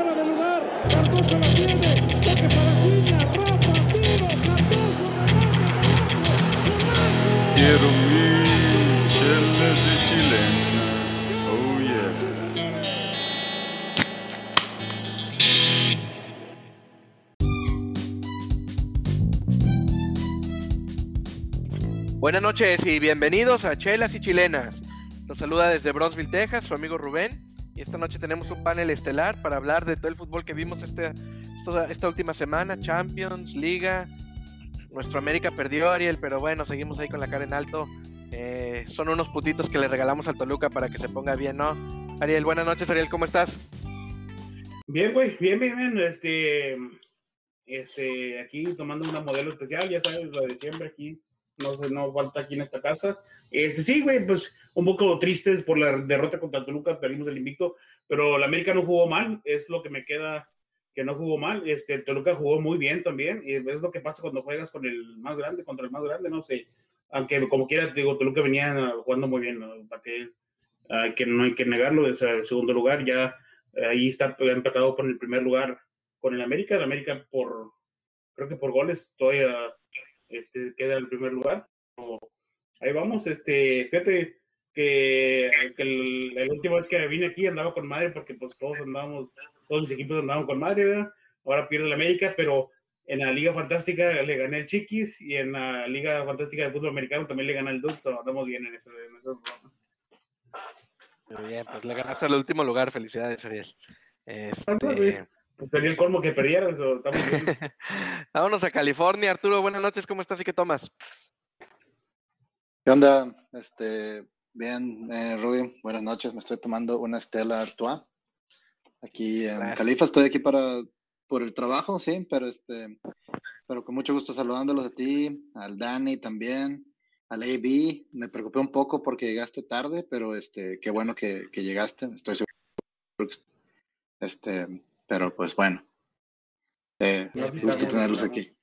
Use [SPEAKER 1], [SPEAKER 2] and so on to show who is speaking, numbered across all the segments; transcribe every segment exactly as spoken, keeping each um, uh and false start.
[SPEAKER 1] fuera de lugar. Cardoso la tiene. Toque para Ciña. Rafa, tiro. Cardoso, remate, golazo.
[SPEAKER 2] Quiero mis chelas y chilenas. Oh yeah.
[SPEAKER 3] Buenas noches y bienvenidos a Chelas y Chilenas. Los saluda desde Bronzeville, Texas, su amigo Rubén. Y esta noche tenemos un panel estelar para hablar de todo el fútbol que vimos este, esta, esta última semana. Champions, Liga. Nuestro América perdió, Ariel, pero bueno, seguimos ahí con la cara en alto. Eh, son unos putitos que le regalamos al Toluca para que se ponga bien, ¿no? Ariel, buenas noches, Ariel, ¿cómo estás?
[SPEAKER 4] Bien, güey, bien, bien, bien. Este, este, aquí tomando una modelo especial, ya sabes, la de siempre aquí. No sé, no falta aquí en esta casa. Este, sí, güey, pues un poco tristes por la derrota contra Toluca, perdimos el invicto, pero la América no jugó mal, es lo que me queda, que no jugó mal. Este, el Toluca jugó muy bien también, y es lo que pasa cuando juegas con el más grande, contra el más grande, no sé. Aunque como quiera, digo, Toluca venía jugando muy bien, ¿no? Para que, uh, que no hay que negarlo, es el segundo lugar, ya uh, ahí está empatado con el primer lugar con el América. El América por, creo que por goles todavía este, queda en el primer lugar. Ahí vamos, este, fíjate que, que el, la última vez que vine aquí andaba con madre porque pues todos andábamos, todos mis equipos andaban con madre, ¿verdad? Ahora pierde el América, pero en la Liga Fantástica le gané el Chiquis y en la Liga Fantástica de Fútbol Americano también le gané el Dux, so andamos bien en eso. En eso.
[SPEAKER 3] Muy bien, pues le ganaste al último lugar, felicidades, Ariel. Este...
[SPEAKER 4] Pues sería el colmo que perdieron, eso estamos bien.
[SPEAKER 3] Vámonos a California. Arturo, buenas noches, ¿cómo estás y qué tomas?
[SPEAKER 5] ¿Qué onda? Este, bien, eh, Rubí, buenas noches. Me estoy tomando una Stella Artois. Aquí en Gracias. Califa, estoy aquí para por el trabajo, sí, pero este, pero con mucho gusto saludándolos a ti, al Dani también, al A B. Me preocupé un poco porque llegaste tarde, pero este, qué bueno que, que llegaste. Estoy seguro que este, pero pues bueno, eh, no, gusto tenerlos aquí.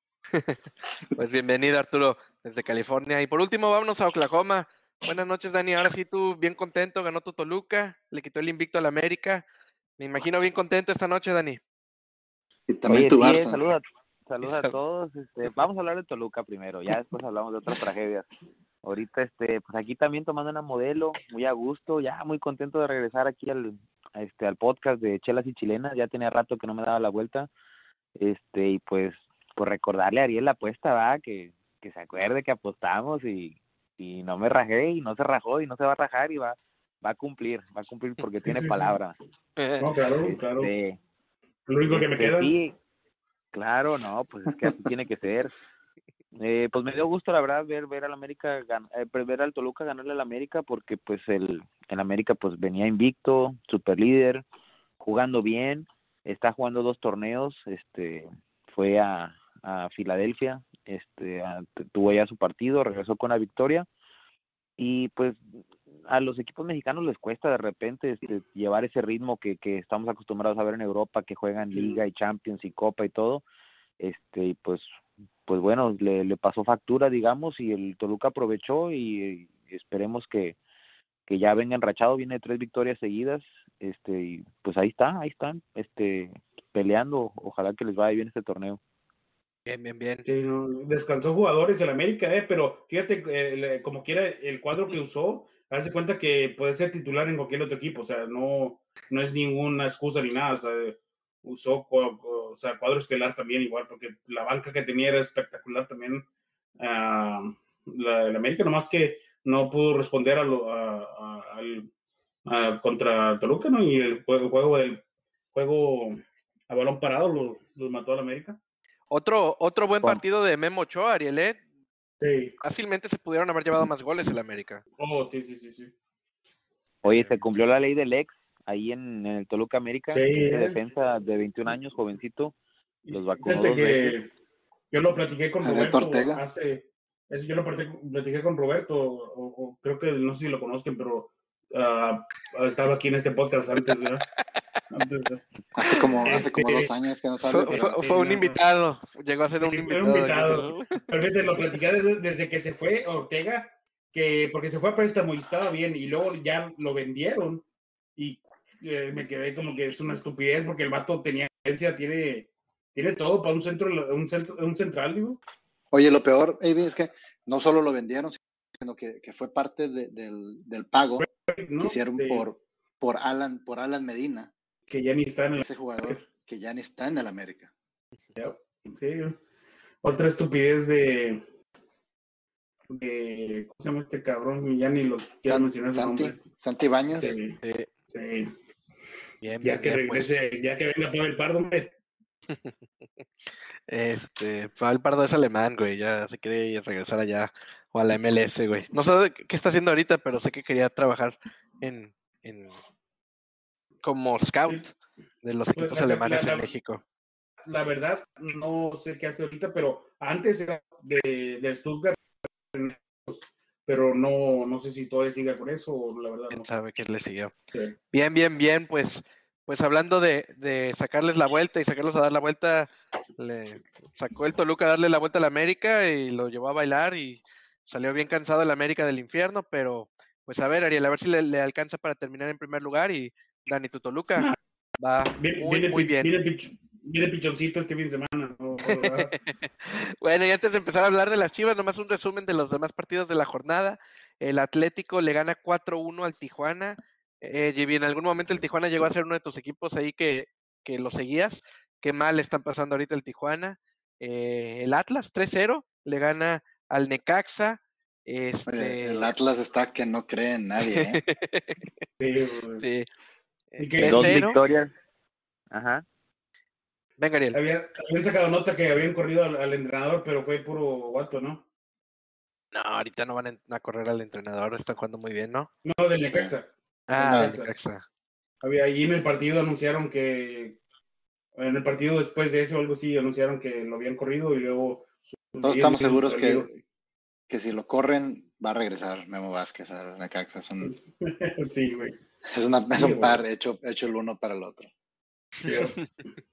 [SPEAKER 3] Pues bienvenido, Arturo, desde California. Y por último, vámonos a Oklahoma. Buenas noches, Dani. Ahora sí, tú bien contento, ganó tu Toluca, le quitó el invicto al América. Me imagino bien contento esta noche, Dani.
[SPEAKER 5] Y también
[SPEAKER 6] Oye,
[SPEAKER 5] tu
[SPEAKER 6] sí,
[SPEAKER 5] Barça.
[SPEAKER 6] Saluda, saluda a todos. Este, vamos a hablar de Toluca primero, ya después hablamos de otras tragedias. Ahorita, este, pues aquí también tomando una modelo, muy a gusto, ya muy contento de regresar aquí al, este, al podcast de Chelas y Chilenas. Ya tenía rato que no me daba la vuelta. Este, y pues, pues recordarle a Ariel la apuesta, va, que, que se acuerde que apostamos y, y no me rajé y no se rajó y no se va a rajar y va, va a cumplir, va a cumplir porque
[SPEAKER 4] sí,
[SPEAKER 6] tiene
[SPEAKER 4] sí,
[SPEAKER 6] palabra.
[SPEAKER 4] Sí. No, claro,
[SPEAKER 6] este,
[SPEAKER 4] claro. Lo único que me
[SPEAKER 6] este,
[SPEAKER 4] queda.
[SPEAKER 6] Sí, claro, no, pues es que así tiene que ser. Eh, pues me dio gusto, la verdad, ver ver al América, gan- eh, ver al Toluca ganarle al América porque pues el, el América pues venía invicto, super líder, jugando bien, está jugando dos torneos, este, fue a, a Filadelfia, este, a, tuvo ya su partido, regresó con la victoria y pues a los equipos mexicanos les cuesta de repente este, llevar ese ritmo que, que estamos acostumbrados a ver en Europa, que juegan Liga y Champions y Copa y todo, este, y pues pues bueno, le, le pasó factura, digamos, y el Toluca aprovechó y, y esperemos que, que ya venga enrachado, viene tres victorias seguidas, este, y pues ahí está, ahí están, este, peleando, ojalá que les vaya bien este torneo.
[SPEAKER 3] Bien, bien, bien.
[SPEAKER 4] Sí, no, descansó jugadores el América, eh, pero fíjate, eh, como quiera, el cuadro que usó, hace cuenta que puede ser titular en cualquier otro equipo, o sea, no, no es ninguna excusa ni nada, o sea, usó o sea, cuadro estelar también igual, porque la banca que tenía era espectacular también. Uh, la, el América, nomás que no pudo responder a lo, a, a, a, a contra Toluca, ¿no? Y el juego, juego del juego a balón parado los lo mató al América.
[SPEAKER 3] Otro, otro buen partido de Memo Ochoa, Ariel, ¿eh?
[SPEAKER 4] Sí.
[SPEAKER 3] Fácilmente se pudieron haber llevado más goles el América.
[SPEAKER 4] Oh, sí, sí, sí, sí.
[SPEAKER 6] Oye, se cumplió la ley del ex ahí en, en el Toluca América,
[SPEAKER 4] sí,
[SPEAKER 6] ese
[SPEAKER 4] eh.
[SPEAKER 6] defensa de veintiún años, jovencito, los vacunó
[SPEAKER 4] Fíjate
[SPEAKER 6] dos
[SPEAKER 4] que
[SPEAKER 6] veces.
[SPEAKER 4] Yo lo platiqué con
[SPEAKER 5] Roberto
[SPEAKER 4] Roberto
[SPEAKER 5] Ortega.
[SPEAKER 4] hace, eso yo lo platiqué, platiqué con Roberto, o, o creo que no sé si lo conozcan, pero uh, estaba aquí en este podcast antes, ¿verdad?
[SPEAKER 5] Antes de... hace, como,
[SPEAKER 4] este,
[SPEAKER 5] hace como dos años que no sabes.
[SPEAKER 3] Fue, fue, fue un invitado, llegó a ser
[SPEAKER 4] sí,
[SPEAKER 3] un invitado.
[SPEAKER 4] Un invitado. Perfecto, lo platiqué desde, desde que se fue Ortega, que porque se fue a préstamo y estaba bien, y luego ya lo vendieron, y eh, me quedé como que es una estupidez porque el vato tenía agencia, tiene, tiene todo para un centro, un centro, un central, digo.
[SPEAKER 5] Oye, lo peor, A B, es que no solo lo vendieron, sino que, que fue parte de, del, del pago
[SPEAKER 4] ¿no?
[SPEAKER 5] que hicieron
[SPEAKER 4] De,
[SPEAKER 5] por, por, Alan, por Alan Medina.
[SPEAKER 4] Que ya ni está en el
[SPEAKER 5] ese jugador que ya ni está en el América.
[SPEAKER 4] Sí, otra estupidez de, de ¿cómo se llama este cabrón? Ya ni lo quiero
[SPEAKER 5] San,
[SPEAKER 4] mencionar su
[SPEAKER 5] Santi,
[SPEAKER 4] nombre.
[SPEAKER 5] Santi Baños.
[SPEAKER 4] Sí,
[SPEAKER 3] Sí.
[SPEAKER 4] sí.
[SPEAKER 3] Bien,
[SPEAKER 4] Ya
[SPEAKER 3] bien,
[SPEAKER 4] que
[SPEAKER 3] bien, pues.
[SPEAKER 4] regrese, ya que venga Pavel Pardo, hombre.
[SPEAKER 3] Este, Pavel Pardo es alemán, güey, ya se quiere regresar allá o a la M L S, güey. No sé qué está haciendo ahorita, pero sé que quería trabajar en, en como scout
[SPEAKER 4] Sí.
[SPEAKER 3] de los
[SPEAKER 4] Pues,
[SPEAKER 3] equipos
[SPEAKER 4] la-
[SPEAKER 3] alemanes
[SPEAKER 4] la-
[SPEAKER 3] en
[SPEAKER 4] la-
[SPEAKER 3] México.
[SPEAKER 4] La verdad, no sé qué hace ahorita, pero antes era de, de Stuttgart, pero no, no sé si todavía sigue con eso, o la verdad
[SPEAKER 3] ¿Quién
[SPEAKER 4] no.
[SPEAKER 3] sabe quién le siguió?
[SPEAKER 4] Sí.
[SPEAKER 3] Bien, bien, bien, pues, pues hablando de, de sacarles la vuelta y sacarlos a dar la vuelta, le sacó el Toluca a darle la vuelta a la América y lo llevó a bailar y salió bien cansado el América del infierno, pero pues a ver, Ariel, a ver si le, le alcanza para terminar en primer lugar y Dani, tu Toluca va
[SPEAKER 4] Viene,
[SPEAKER 3] muy,
[SPEAKER 4] viene,
[SPEAKER 3] muy bien.
[SPEAKER 4] Viene, pich, viene pichoncito este fin de semana. ¿No?
[SPEAKER 3] Bueno, y antes de empezar a hablar de las Chivas, nomás un resumen de los demás partidos de la jornada. El Atlético le gana cuatro uno al Tijuana. Eh, Gibi, en algún momento el Tijuana llegó a ser uno de tus equipos ahí que, que lo seguías. Qué mal están pasando ahorita el Tijuana. Eh, el Atlas tres cero le gana al Necaxa. Este...
[SPEAKER 5] Oye, el Atlas está que no cree en nadie, ¿eh?
[SPEAKER 4] Sí,
[SPEAKER 3] sí.
[SPEAKER 4] ¿Y qué?
[SPEAKER 6] Dos
[SPEAKER 3] tres cero.
[SPEAKER 6] victorias. Ajá.
[SPEAKER 3] Venga, Ariel.
[SPEAKER 4] Había, habían sacado nota que habían corrido al, al entrenador, pero fue puro guato, ¿no?
[SPEAKER 3] No, ahorita no van a correr al entrenador, están jugando muy bien, ¿no?
[SPEAKER 4] No, del Necaxa.
[SPEAKER 3] Ah,
[SPEAKER 4] del
[SPEAKER 3] del Necaxa.
[SPEAKER 4] Había, ahí en el partido anunciaron que, en el partido después de eso, algo así, anunciaron que lo habían corrido y luego...
[SPEAKER 5] Todos estamos seguros que, que si lo corren, va a regresar Memo Vázquez a Necaxa. Es un,
[SPEAKER 4] sí, güey.
[SPEAKER 5] Es, una, es
[SPEAKER 4] Sí,
[SPEAKER 5] un par
[SPEAKER 4] güey.
[SPEAKER 5] hecho, hecho el uno para el otro.
[SPEAKER 4] Sí.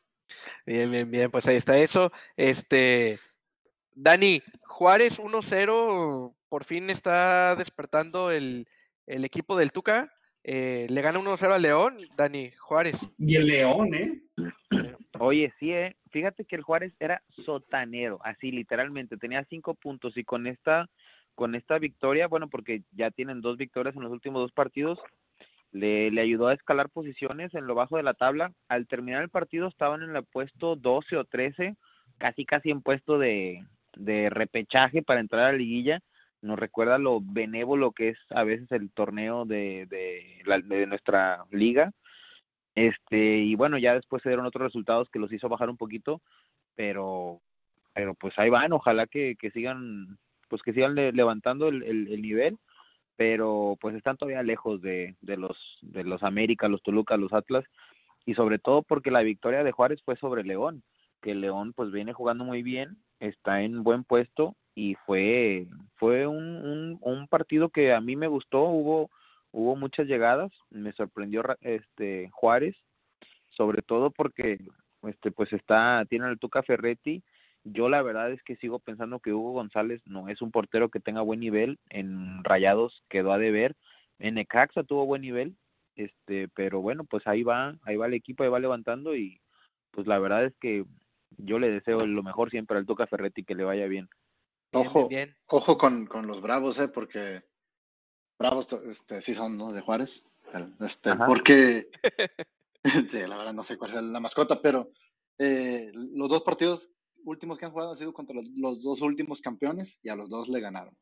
[SPEAKER 3] Bien, bien, bien, pues ahí está eso. Este, Dani, Juárez uno cero, por fin está despertando el, el equipo del Tuca. Eh, le gana uno cero a León, Dani, Juárez.
[SPEAKER 4] Y el León, ¿eh?
[SPEAKER 6] Oye, sí, eh. Fíjate que el Juárez era sotanero, así literalmente, tenía cinco puntos y con esta, con esta victoria, bueno, porque ya tienen dos victorias en los últimos dos partidos, le, le ayudó a escalar posiciones en lo bajo de la tabla. Al terminar el partido estaban en el puesto doce o trece, casi casi en puesto de, de repechaje para entrar a la liguilla. Nos recuerda lo benévolo que es a veces el torneo de, de, la, de nuestra liga. Este, y bueno, ya después se dieron otros resultados que los hizo bajar un poquito, pero, pero pues ahí van, ojalá que, que sigan, pues que sigan le, levantando el, el, el nivel, pero pues están todavía lejos de, de los, de los América, los Toluca, los Atlas, y sobre todo porque la victoria de Juárez fue sobre León, que León pues viene jugando muy bien, está en buen puesto, y fue, fue un, un, un partido que a mí me gustó, hubo hubo muchas llegadas, me sorprendió este Juárez, sobre todo porque este pues está tiene el Tuca Ferretti. Yo la verdad es que sigo pensando que Hugo González no es un portero que tenga buen nivel, en Rayados quedó a deber, en Necaxa tuvo buen nivel, este pero bueno, pues ahí va, ahí va el equipo, ahí va levantando y pues la verdad es que yo le deseo lo mejor siempre al Tuca Ferretti, que le vaya bien.
[SPEAKER 3] Bien,
[SPEAKER 5] Ojo,
[SPEAKER 3] bien, bien.
[SPEAKER 5] ojo con, con los Bravos, eh, porque Bravos este, sí son, ¿no? De Juárez. Este,
[SPEAKER 6] Ajá.
[SPEAKER 5] porque, sí, la verdad no sé cuál es la mascota, pero eh, los dos partidos últimos que han jugado han sido contra los, los dos últimos campeones y a los dos le ganaron.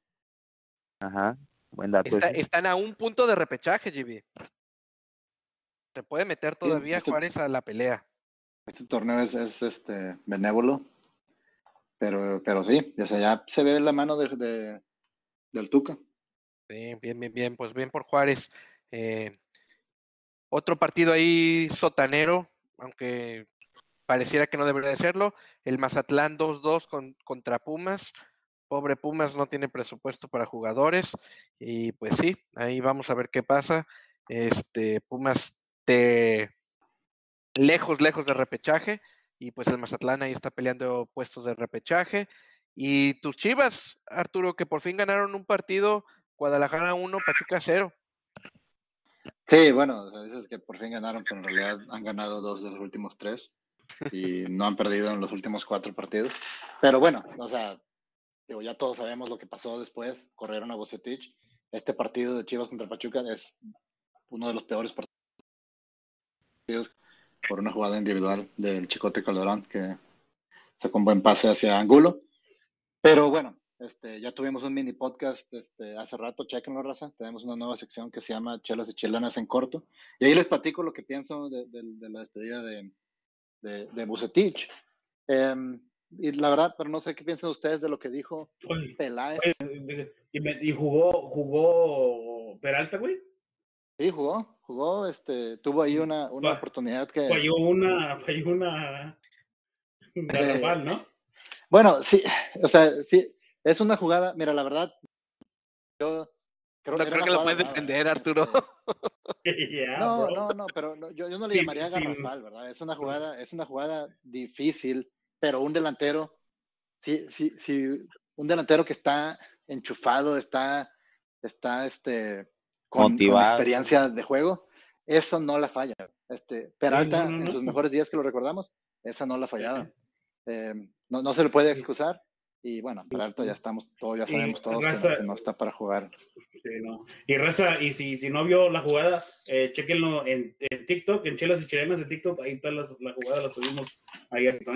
[SPEAKER 6] Ajá, buen dato.
[SPEAKER 3] Está,
[SPEAKER 6] ese.
[SPEAKER 3] están a un punto de repechaje, Gibi. Se puede meter todavía
[SPEAKER 5] este,
[SPEAKER 3] Juárez a la pelea.
[SPEAKER 5] Este torneo es, es este benévolo, pero, pero sí, o sea, ya se ve la mano de, de del Tuca.
[SPEAKER 3] Sí, bien, bien, bien, pues bien por Juárez. Eh, otro partido ahí sotanero, aunque pareciera que no debería de serlo, el Mazatlán dos dos con, contra Pumas. Pobre Pumas, no tiene presupuesto para jugadores y pues sí, ahí vamos a ver qué pasa. Este Pumas te lejos, lejos de repechaje y pues el Mazatlán ahí está peleando puestos de repechaje. Y tus Chivas, Arturo, que por fin ganaron un partido, Guadalajara uno, Pachuca cero.
[SPEAKER 5] Sí, bueno, o sea, dices que por fin ganaron, pero en realidad han ganado dos de los últimos tres y no han perdido en los últimos cuatro partidos. Pero bueno, o sea, digo, ya todos sabemos lo que pasó después, corrieron a Vucetich. Este partido de Chivas contra Pachuca es uno de los peores partidos por una jugada individual del Chicote Calderón que sacó un buen pase hacia Angulo. Pero bueno, este, ya tuvimos un mini podcast este, hace rato, chequenlo, raza. Tenemos una nueva sección que se llama Chelas y Chilenas en corto. Y ahí les platico lo que pienso de, de, de la despedida de, de, de Vucetich. Eh, y la verdad, pero no sé qué piensan ustedes de lo que dijo
[SPEAKER 4] Oye,
[SPEAKER 5] Peláez.
[SPEAKER 4] oye, y, me, y jugó, jugó Peralta, güey.
[SPEAKER 5] Sí, jugó, jugó, este, tuvo ahí una, una
[SPEAKER 4] Fa-
[SPEAKER 5] oportunidad que...
[SPEAKER 4] Falló una, falló una garrafal, ¿no?
[SPEAKER 5] Bueno, sí, o sea, sí, es una jugada, mira, la verdad, yo creo,
[SPEAKER 3] No
[SPEAKER 5] era
[SPEAKER 3] creo
[SPEAKER 5] una
[SPEAKER 3] que lo
[SPEAKER 5] jugada
[SPEAKER 3] puedes
[SPEAKER 5] brava,
[SPEAKER 3] defender,
[SPEAKER 5] ¿eh?
[SPEAKER 3] Arturo.
[SPEAKER 5] Este,
[SPEAKER 4] Yeah,
[SPEAKER 5] no,
[SPEAKER 4] bro.
[SPEAKER 5] no, no, pero no, yo, yo no le
[SPEAKER 4] Sí,
[SPEAKER 5] llamaría
[SPEAKER 4] sí.
[SPEAKER 5] garrafal, ¿verdad? Es una jugada, es una jugada difícil, pero un delantero, sí, sí, sí, un delantero que está enchufado, está, está, este, con, con
[SPEAKER 6] Motivado.
[SPEAKER 5] experiencia de juego, eso no la falla. Este, Peralta,
[SPEAKER 4] Sí, no, no,
[SPEAKER 5] en
[SPEAKER 4] no.
[SPEAKER 5] sus mejores días que lo recordamos, esa no la fallaba.
[SPEAKER 4] Sí.
[SPEAKER 5] Eh, no, no se le puede excusar. Y bueno, Peralta ya estamos, todos ya
[SPEAKER 4] Y
[SPEAKER 5] sabemos todos que,
[SPEAKER 4] raza-
[SPEAKER 5] no, que no está para jugar.
[SPEAKER 4] Sí, no. Y raza, y si, si no vio la jugada, eh, chequenlo en, en TikTok, en Chelas y Chilenas de TikTok, ahí está la, la jugada, la subimos ahí hasta.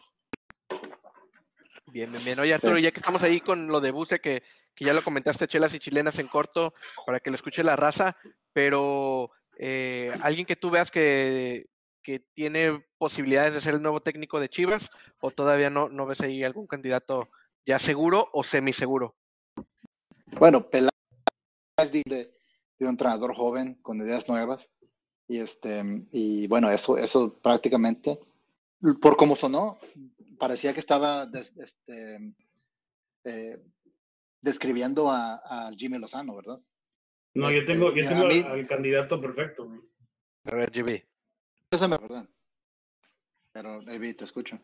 [SPEAKER 3] Bien, bien, bien. Oye, Arturo,
[SPEAKER 5] Sí.
[SPEAKER 3] ya que estamos ahí con lo de Buce, que, que ya lo comentaste, Chelas y Chilenas en corto, para que lo escuche la raza, pero eh, alguien que tú veas que, que tiene posibilidades de ser el nuevo técnico de Chivas, o todavía no, no ves ahí algún candidato ya seguro o semiseguro.
[SPEAKER 5] Bueno, Peláez es de, de un entrenador joven con ideas nuevas. Y este, y bueno, eso, eso prácticamente, por como sonó, parecía que estaba des, este, eh, describiendo a, a Jimmy Lozano, ¿verdad?
[SPEAKER 4] No,
[SPEAKER 5] Eh,
[SPEAKER 4] yo tengo,
[SPEAKER 5] y
[SPEAKER 4] yo
[SPEAKER 5] a
[SPEAKER 4] tengo
[SPEAKER 5] mí,
[SPEAKER 4] al, al candidato perfecto. güey.
[SPEAKER 3] A ver, G B.
[SPEAKER 5] eso me verdad. Pero, Evi, te escucho.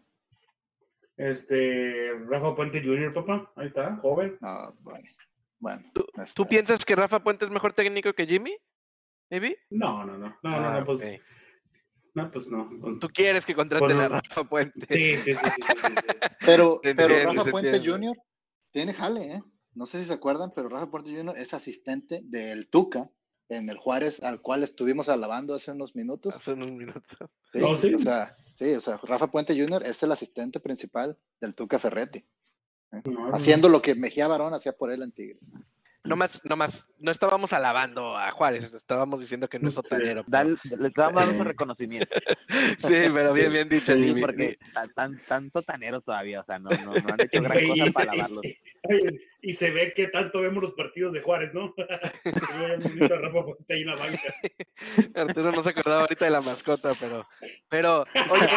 [SPEAKER 4] Este, Rafa Puente junior, papá, ahí está, joven.
[SPEAKER 5] No, bueno, bueno.
[SPEAKER 3] ¿Tú,
[SPEAKER 5] este,
[SPEAKER 3] ¿Tú piensas que Rafa Puente es mejor técnico que Jimmy? ¿Maybe?
[SPEAKER 4] No, no, no, no, no,
[SPEAKER 3] Ah,
[SPEAKER 4] no, pues,
[SPEAKER 3] ok.
[SPEAKER 4] no, pues no.
[SPEAKER 3] Tú quieres que contraten
[SPEAKER 4] Bueno,
[SPEAKER 3] a Rafa Puente.
[SPEAKER 4] Sí, sí, sí, sí, sí, sí, sí.
[SPEAKER 5] Pero,
[SPEAKER 3] Se
[SPEAKER 5] pero
[SPEAKER 3] entiende,
[SPEAKER 5] Rafa
[SPEAKER 3] se
[SPEAKER 5] Puente
[SPEAKER 3] entiende.
[SPEAKER 5] junior tiene jale, ¿eh? No sé si se acuerdan, pero Rafa Puente junior es asistente del Tuca en el Juárez, al cual estuvimos alabando hace unos minutos.
[SPEAKER 3] Hace unos minutos.
[SPEAKER 5] Sí,
[SPEAKER 4] ¿Oh, sí?
[SPEAKER 5] o sea, sí, o sea, Rafa Puente junior es el asistente principal del Tuca Ferretti, ¿eh?
[SPEAKER 4] No,
[SPEAKER 5] Haciendo lo que Mejía Barón hacía por él en Tigres.
[SPEAKER 3] No más, no más, no estábamos alabando a Juárez, estábamos diciendo que no es
[SPEAKER 4] Sí.
[SPEAKER 3] sotanero. pero-
[SPEAKER 6] Dale, le estamos dando
[SPEAKER 5] Sí.
[SPEAKER 6] su reconocimiento.
[SPEAKER 3] Sí, pero bien, bien dicho,
[SPEAKER 6] Sí,
[SPEAKER 3] Jimmy.
[SPEAKER 6] porque tan, tan, tan sotaneros todavía, o sea, no, no, no han hecho gran
[SPEAKER 4] Güey,
[SPEAKER 6] cosa
[SPEAKER 4] y, se,
[SPEAKER 6] para
[SPEAKER 4] y,
[SPEAKER 6] lavarlos.
[SPEAKER 4] se, oye, y se ve que tanto vemos los partidos de Juárez, ¿no? Ya hemos visto a Rafa Puente ahí en la banca.
[SPEAKER 3] Arturo no se acordaba ahorita de la mascota, pero, pero, oye,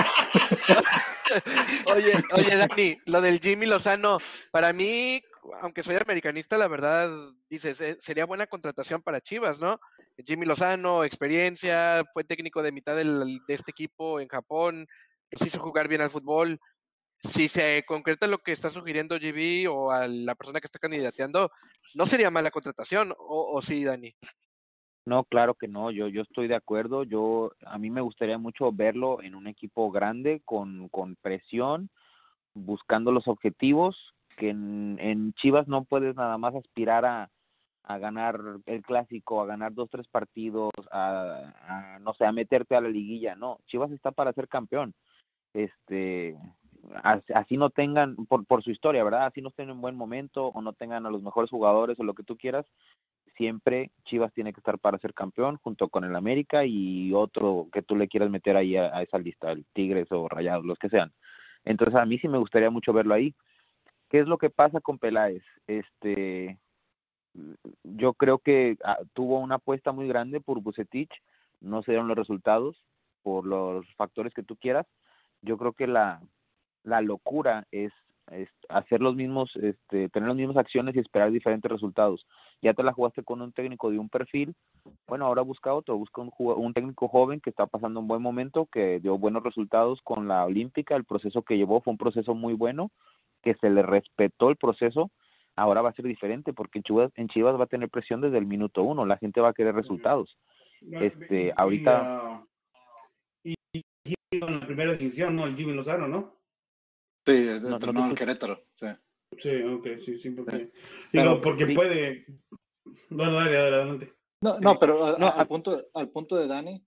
[SPEAKER 3] oye, oye, Dani, lo del Jimmy Lozano, para mí, aunque soy americanista, la verdad, dices, eh, sería buena contratación para Chivas, ¿no? Jimmy Lozano, experiencia, fue técnico de mitad del, de este equipo en Japón, los hizo jugar bien al fútbol. Si se concreta lo que está sugiriendo G B o a la persona que está candidateando, no sería mala contratación, o, o sí, Dani.
[SPEAKER 6] No, claro que no, yo, yo estoy de acuerdo, yo, a mí me gustaría mucho verlo en un equipo grande, con, con presión, buscando los objetivos, que en, en Chivas no puedes nada más aspirar a, a ganar el clásico, a ganar dos, tres partidos, a, a, no sé, a meterte a la liguilla, no, Chivas está para ser campeón, este, así no tengan, por, por su historia, ¿verdad? Así no estén en buen momento, o no tengan a los mejores jugadores, o lo que tú quieras, siempre Chivas tiene que estar para ser campeón, junto con el América y otro que tú le quieras meter ahí a, a esa lista, el Tigres o Rayados, los que sean. Entonces a mí sí me gustaría mucho verlo ahí. ¿Qué es lo que pasa con Peláez? Este, yo creo que ah, tuvo una apuesta muy grande por Vucetich, no se dieron los resultados por los factores que tú quieras. Yo creo que la, la locura es, es hacer los mismos, este, tener las mismas acciones y esperar diferentes resultados. Ya te la jugaste con un técnico de un perfil, bueno, ahora busca otro, busca un, un técnico joven que está pasando un buen momento, que dio buenos resultados con la Olímpica, el proceso que llevó fue un proceso muy bueno, que se le respetó el proceso. Ahora va a ser diferente porque en Chivas, en Chivas va a tener presión desde el minuto uno, la gente va a querer resultados. Este,
[SPEAKER 4] Y,
[SPEAKER 6] ahorita...
[SPEAKER 4] Y, uh, y, y en la primera división, ¿no? El Jimmy Lozano, ¿no?
[SPEAKER 5] Sí,
[SPEAKER 6] No,
[SPEAKER 5] entrenó
[SPEAKER 6] no
[SPEAKER 5] al
[SPEAKER 6] te-
[SPEAKER 5] Querétaro, sí.
[SPEAKER 4] Sí, ok, sí, sí, porque...
[SPEAKER 5] Sí.
[SPEAKER 4] Digo,
[SPEAKER 5] Pero-
[SPEAKER 4] porque
[SPEAKER 6] sí.
[SPEAKER 4] puede... Bueno, dale, dale, adelante.
[SPEAKER 5] No,
[SPEAKER 6] Sí.
[SPEAKER 5] no, pero a-
[SPEAKER 6] No,
[SPEAKER 5] a- al
[SPEAKER 6] a-
[SPEAKER 5] punto, al punto de Dani,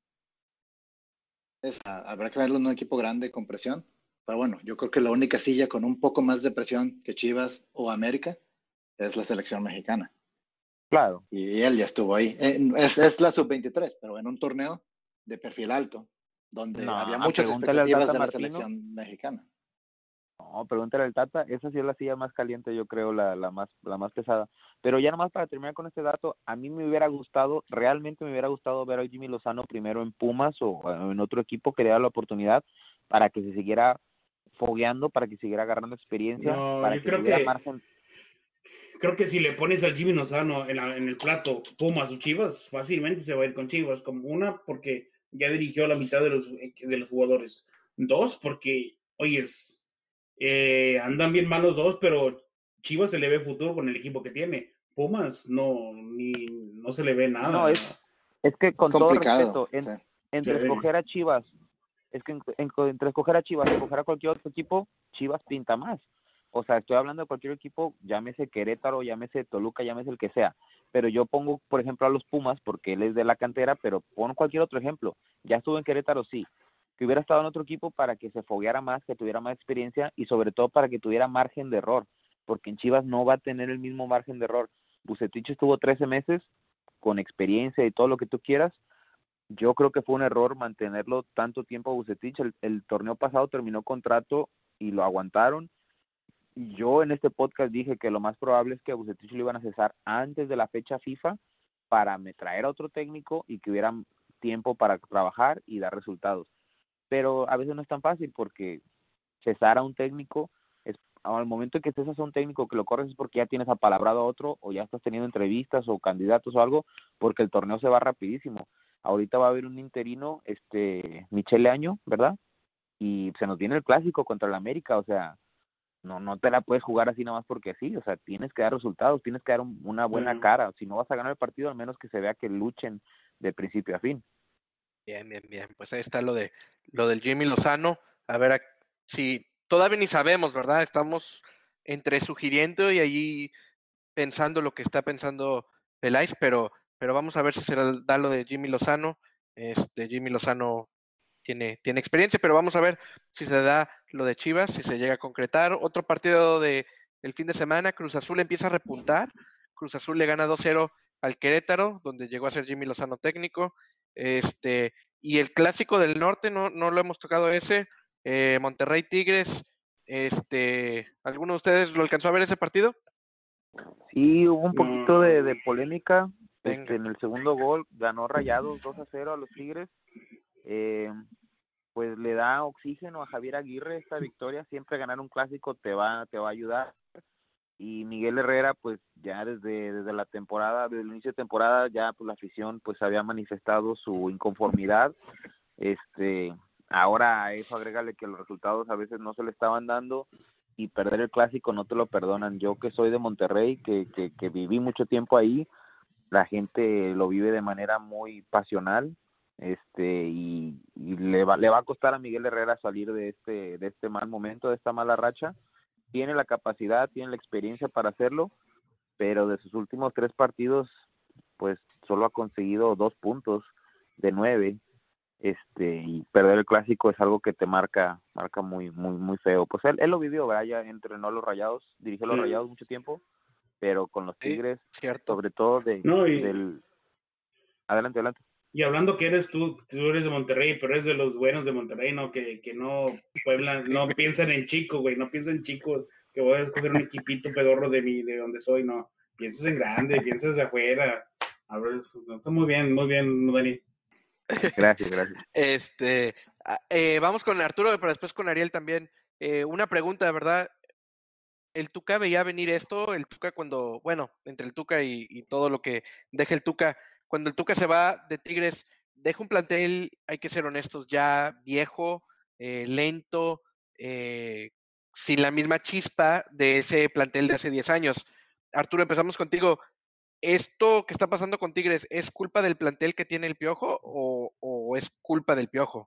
[SPEAKER 5] es, a- habrá que verlo en un equipo grande con presión. Pero bueno, yo creo que la única silla con un poco más de presión que Chivas o América es la selección mexicana.
[SPEAKER 6] claro.
[SPEAKER 5] Y él ya estuvo ahí. Eh, Es, es la sub veintitrés, pero en un torneo de perfil alto, donde
[SPEAKER 6] No,
[SPEAKER 5] había muchas
[SPEAKER 6] pregúntale al
[SPEAKER 5] expectativas
[SPEAKER 6] Tata
[SPEAKER 5] de la
[SPEAKER 6] Martino.
[SPEAKER 5] selección mexicana.
[SPEAKER 6] No, pregúntale al Tata, esa sí es la silla más caliente, yo creo, la, la más la más pesada. Pero ya nomás para terminar con este dato, a mí me hubiera gustado, realmente me hubiera gustado ver a Jimmy Lozano primero en Pumas o en otro equipo que le diera la oportunidad para que se siguiera fogueando, para que siguiera agarrando experiencia,
[SPEAKER 4] No,
[SPEAKER 6] para
[SPEAKER 4] yo
[SPEAKER 6] que
[SPEAKER 4] creo
[SPEAKER 6] tuviera
[SPEAKER 4] que...
[SPEAKER 6] margen.
[SPEAKER 4] Creo que si le pones al Jimmy Lozano en, la, en el plato Pumas o Chivas, fácilmente se va a ir con Chivas. Como una, porque ya dirigió a la mitad de los, de los jugadores. Dos, porque, oyes, eh, andan bien mal los dos, pero Chivas se le ve futuro con el equipo que tiene. Pumas no, ni, no se le ve nada.
[SPEAKER 6] No, es, es que
[SPEAKER 5] Es
[SPEAKER 6] con todo
[SPEAKER 5] complicado.
[SPEAKER 6] respeto, en,
[SPEAKER 5] Sí.
[SPEAKER 6] entre
[SPEAKER 4] Sí.
[SPEAKER 6] escoger a Chivas, es que en- en- entre escoger a Chivas y escoger a cualquier otro equipo, Chivas pinta más. O sea, estoy hablando de cualquier equipo, llámese Querétaro, llámese Toluca, llámese el que sea. Pero yo pongo, por ejemplo, a los Pumas, porque él es de la cantera, pero pon cualquier otro ejemplo. Ya estuvo en Querétaro, sí. Que hubiera estado en otro equipo para que se fogueara más, que tuviera más experiencia y sobre todo para que tuviera margen de error. Porque en Chivas no va a tener el mismo margen de error. Bucetich estuvo trece meses con experiencia y todo lo que tú quieras. Yo creo que fue un error mantenerlo tanto tiempo a Bucetich. El, el torneo pasado terminó contrato y lo aguantaron. Y yo en este podcast dije que lo más probable es que a Bucetich lo iban a cesar antes de la fecha FIFA para me traer a otro técnico y que hubiera tiempo para trabajar y dar resultados. Pero a veces no es tan fácil porque cesar a un técnico, es, al momento en que cesas a un técnico que lo corres es porque ya tienes apalabrado a otro o ya estás teniendo entrevistas o candidatos o algo, porque el torneo se va rapidísimo. Ahorita va a haber un interino, este, Michele Año, ¿verdad? Y se nos viene el clásico contra el América, o sea, no no te la puedes jugar así nada más porque sí, o sea, tienes que dar resultados, tienes que dar un, una buena
[SPEAKER 4] Sí.
[SPEAKER 6] cara, si no vas a ganar el partido, al menos que se vea que luchen de principio a fin.
[SPEAKER 3] Bien, bien, bien. Pues ahí está lo de lo del Jimmy Lozano. A ver a- si todavía ni sabemos, ¿verdad? Estamos entre sugiriendo y ahí pensando lo que está pensando Peláez, pero, pero vamos a ver si se da lo de Jimmy Lozano. Este Jimmy Lozano tiene, tiene experiencia, pero vamos a ver si se da lo de Chivas, si se llega a concretar. Otro partido de el fin de semana, Cruz Azul empieza a repuntar. Cruz Azul le gana dos cero al Querétaro, donde llegó a ser Jimmy Lozano técnico. Este, y el clásico del norte, no, no lo hemos tocado ese. Eh, Monterrey Tigres. Este, ¿alguno de ustedes lo alcanzó a ver ese partido?
[SPEAKER 6] Sí, hubo un poquito
[SPEAKER 4] No.
[SPEAKER 6] de, de polémica.
[SPEAKER 3] Venga.
[SPEAKER 6] Este, en el segundo gol ganó Rayados dos a cero a los Tigres. Eh, pues le da oxígeno a Javier Aguirre esta victoria. Siempre ganar un clásico te va te va a ayudar. Y Miguel Herrera, pues ya desde, desde la temporada, desde el inicio de temporada, ya pues la afición pues había manifestado su inconformidad. Este, ahora a eso agrégale que los resultados a veces no se le estaban dando y perder el clásico no te lo perdonan. Yo que soy de Monterrey, que, que, que viví mucho tiempo ahí, la gente lo vive de manera muy pasional, este, y, y le va, le va a costar a Miguel Herrera salir de este, de este mal momento, de esta mala racha. Tiene la capacidad, tiene la experiencia para hacerlo, pero de sus últimos tres partidos, pues solo ha conseguido dos puntos de nueve. Este, y perder el clásico es algo que te marca marca muy muy muy feo. Pues él, él lo vivió, ¿verdad? Ya entrenó a los Rayados, dirigió a los
[SPEAKER 4] Sí.
[SPEAKER 6] Rayados mucho tiempo, pero con los
[SPEAKER 3] Sí,
[SPEAKER 6] Tigres,
[SPEAKER 3] cierto.
[SPEAKER 6] sobre todo de
[SPEAKER 4] No, y,
[SPEAKER 6] del adelante, adelante.
[SPEAKER 4] y hablando que eres tú, tú eres de Monterrey, pero eres de los buenos de Monterrey, ¿no? Que, que no Puebla, no piensan en chico, güey, no piensan en chico, que voy a escoger un equipito pedorro de mi, de donde soy, no. Piensas en grande, piensas de afuera. A ver, no, está muy bien, muy bien, Dani.
[SPEAKER 6] Gracias, gracias.
[SPEAKER 3] Este, a- eh, vamos con Arturo, pero después con Ariel también. Eh, una pregunta, ¿verdad? ¿El Tuca veía venir esto? El Tuca cuando, bueno, entre el Tuca y, y todo lo que deja el Tuca, cuando el Tuca se va de Tigres, deja un plantel, hay que ser honestos, ya viejo, eh, lento, eh, sin la misma chispa de ese plantel de hace diez años. Arturo, empezamos contigo. ¿esto que está pasando con Tigres es culpa del plantel que tiene el Piojo o, o es culpa del Piojo?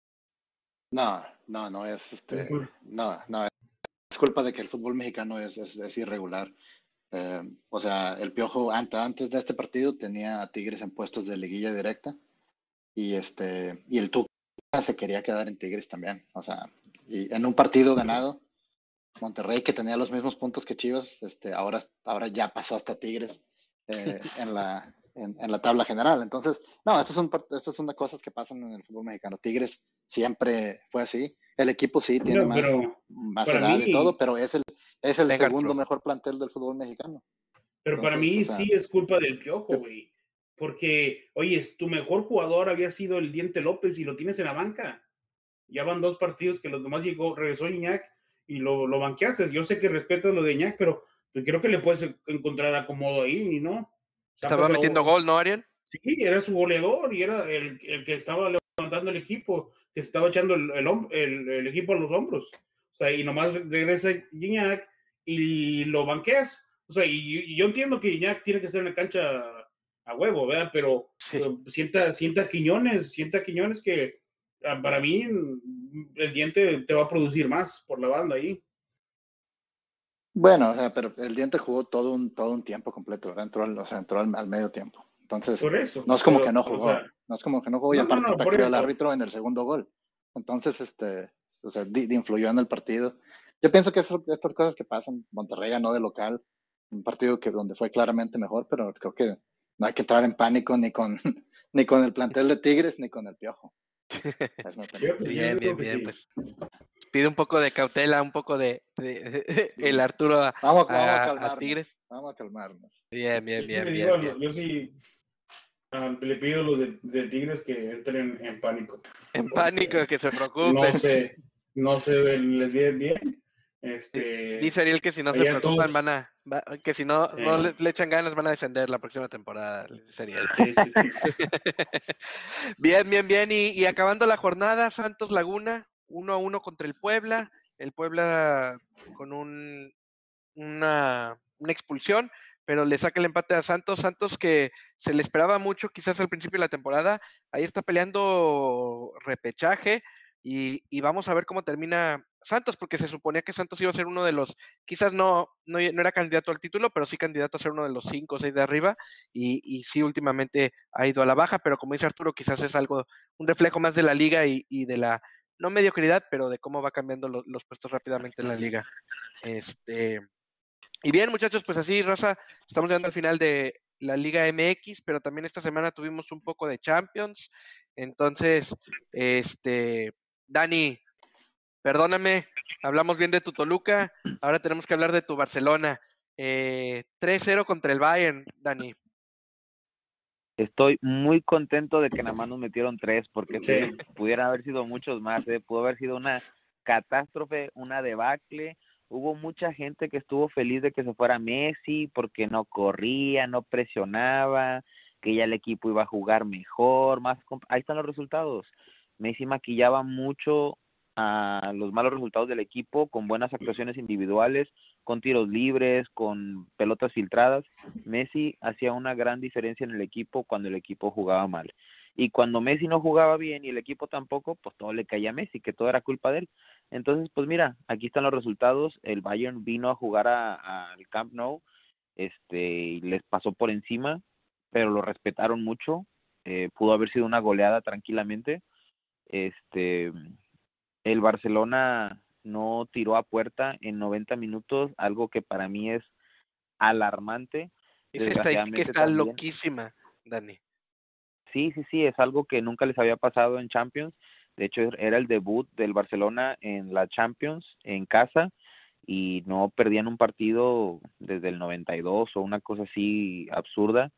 [SPEAKER 5] No, no, no es
[SPEAKER 4] Es
[SPEAKER 5] este,
[SPEAKER 4] cool.
[SPEAKER 5] no, no, es culpa de que el fútbol mexicano es, es, es irregular. Eh, o sea, el Piojo antes, antes de este partido tenía a Tigres en puestos de liguilla directa y este y el Tuca se quería quedar en Tigres también. O sea, y en un partido ganado, Monterrey, que tenía los mismos puntos que Chivas, este, ahora, ahora ya pasó hasta Tigres eh, en, la, en, en, la tabla general. Entonces, no, estas son, estas son cosas que pasan en el fútbol mexicano. Tigres siempre fue así. El equipo sí tiene
[SPEAKER 4] No,
[SPEAKER 5] más,
[SPEAKER 4] pero
[SPEAKER 5] más
[SPEAKER 4] para
[SPEAKER 5] edad y todo,
[SPEAKER 4] mí,
[SPEAKER 5] pero es el, es el
[SPEAKER 3] Venga,
[SPEAKER 5] segundo
[SPEAKER 3] Arturo.
[SPEAKER 5] mejor plantel del fútbol mexicano.
[SPEAKER 4] pero para
[SPEAKER 5] Entonces, o
[SPEAKER 4] mí
[SPEAKER 5] sea,
[SPEAKER 4] sí es culpa del Piojo, güey. Porque, oye, tu mejor jugador había sido el Diente López y lo tienes en la banca. Ya van dos partidos que los demás llegó, regresó Iñak y lo, lo banqueaste. Yo sé que respetas lo de Iñak, pero pues, creo que le puedes encontrar acomodo ahí, ¿no? O sea,
[SPEAKER 3] Estaba
[SPEAKER 4] pasado,
[SPEAKER 3] metiendo gol, ¿no, Ariel?
[SPEAKER 4] Sí, era su goleador y era el, el que estaba levantando el equipo, que se estaba echando el, el, el, el equipo a los hombros. O sea, y nomás regresa Iñak y lo banqueas. O sea, y, y yo entiendo que Iñak tiene que estar en la cancha a huevo, ¿verdad? Pero
[SPEAKER 3] Sí.
[SPEAKER 4] uh, sienta, sienta Quiñones, sienta Quiñones que uh, para mí el Diente te va a producir más por la banda ahí.
[SPEAKER 5] bueno, o sea, pero el Diente jugó todo un, todo un tiempo completo, ¿verdad? Entró, al, o sea, entró al, al medio tiempo. Entonces,
[SPEAKER 4] por eso,
[SPEAKER 5] no es como
[SPEAKER 4] pero,
[SPEAKER 5] que no jugó,
[SPEAKER 4] o sea,
[SPEAKER 5] no es como que no jugó y
[SPEAKER 4] no,
[SPEAKER 5] aparte
[SPEAKER 4] no, no, por
[SPEAKER 5] pateó al
[SPEAKER 4] eso.
[SPEAKER 5] árbitro en el segundo gol. Entonces, este, o sea, di, di influyó en el partido. Yo pienso que eso, estas cosas que pasan, Monterrey ganó de local, un partido que donde fue claramente mejor, pero creo que no hay que entrar en pánico ni con, ni con el plantel de Tigres ni con el Piojo. Es mi opinión.
[SPEAKER 4] Yo, yo
[SPEAKER 3] Bien,
[SPEAKER 4] digo
[SPEAKER 3] bien,
[SPEAKER 4] que
[SPEAKER 3] bien,
[SPEAKER 4] sí.
[SPEAKER 3] pues pide un poco de cautela, un poco de, de, de el Arturo a,
[SPEAKER 5] Vamos, vamos a
[SPEAKER 3] a, a
[SPEAKER 5] calmarnos.
[SPEAKER 3] Tigres.
[SPEAKER 5] Vamos a calmarnos.
[SPEAKER 3] Bien, bien,
[SPEAKER 4] Yo sí
[SPEAKER 3] bien,
[SPEAKER 4] le
[SPEAKER 3] bien,
[SPEAKER 4] digo,
[SPEAKER 3] bien.
[SPEAKER 4] yo sí uh, le pido a los de, de Tigres que entren en pánico.
[SPEAKER 3] En pánico, que se preocupen.
[SPEAKER 4] No se, no se les ve bien. Este,
[SPEAKER 3] Dice Ariel que si no se
[SPEAKER 4] allá
[SPEAKER 3] preocupan
[SPEAKER 4] todos,
[SPEAKER 3] van a, va- que si no,
[SPEAKER 4] sí.
[SPEAKER 3] no le, le echan ganas van a descender la próxima temporada, dice Ariel.
[SPEAKER 4] Sí, sí, sí.
[SPEAKER 3] Bien, bien, bien. Y, y acabando la jornada, Santos Laguna, uno a uno contra el Puebla. El Puebla con un, una, una expulsión, pero le saca el empate a Santos. Santos que se le esperaba mucho quizás al principio de la temporada. Ahí está peleando repechaje y, y vamos a ver cómo termina Santos, porque se suponía que Santos iba a ser uno de los, quizás no, no, no era candidato al título, pero sí candidato a ser uno de los cinco o seis de arriba, y, y sí últimamente ha ido a la baja, pero como dice Arturo, quizás es algo, un reflejo más de la liga y, y de la, no mediocridad, pero de cómo va cambiando lo, los puestos rápidamente en la liga. Este, y bien, muchachos, pues así, Rosa, estamos llegando al final de la Liga M X, pero también esta semana tuvimos un poco de Champions. Entonces, este, Dani, perdóname, hablamos bien de tu Toluca, ahora tenemos que hablar de tu Barcelona. Eh, tres cero contra el Bayern, Dani.
[SPEAKER 6] Estoy muy contento de que nada más nos metieron tres, porque
[SPEAKER 4] Sí.
[SPEAKER 6] sí, pudieran haber sido muchos más, ¿eh? Pudo haber sido una catástrofe, una debacle. Hubo mucha gente que estuvo feliz de que se fuera Messi, porque no corría, no presionaba, que ya el equipo iba a jugar mejor, más comp- ahí están los resultados. Messi maquillaba mucho a los malos resultados del equipo con buenas actuaciones individuales, con tiros libres, con pelotas filtradas. Messi hacía una gran diferencia en el equipo cuando el equipo jugaba mal. Y cuando Messi no jugaba bien y el equipo tampoco, pues todo le caía a Messi, que todo era culpa de él. Entonces, pues mira, aquí están los resultados. El Bayern vino a jugar al Camp Nou, este, y les pasó por encima, pero lo respetaron mucho. Eh, pudo haber sido una goleada tranquilamente. Este, el Barcelona no tiró a puerta en noventa minutos, algo que para mí es alarmante.
[SPEAKER 3] Esa estadística está
[SPEAKER 6] también,
[SPEAKER 3] loquísima, Dani.
[SPEAKER 6] Sí, sí, sí, es algo que nunca les había pasado en Champions. De hecho, era el debut del Barcelona en la Champions en casa y no perdían un partido desde el noventa y dos o una cosa así absurda.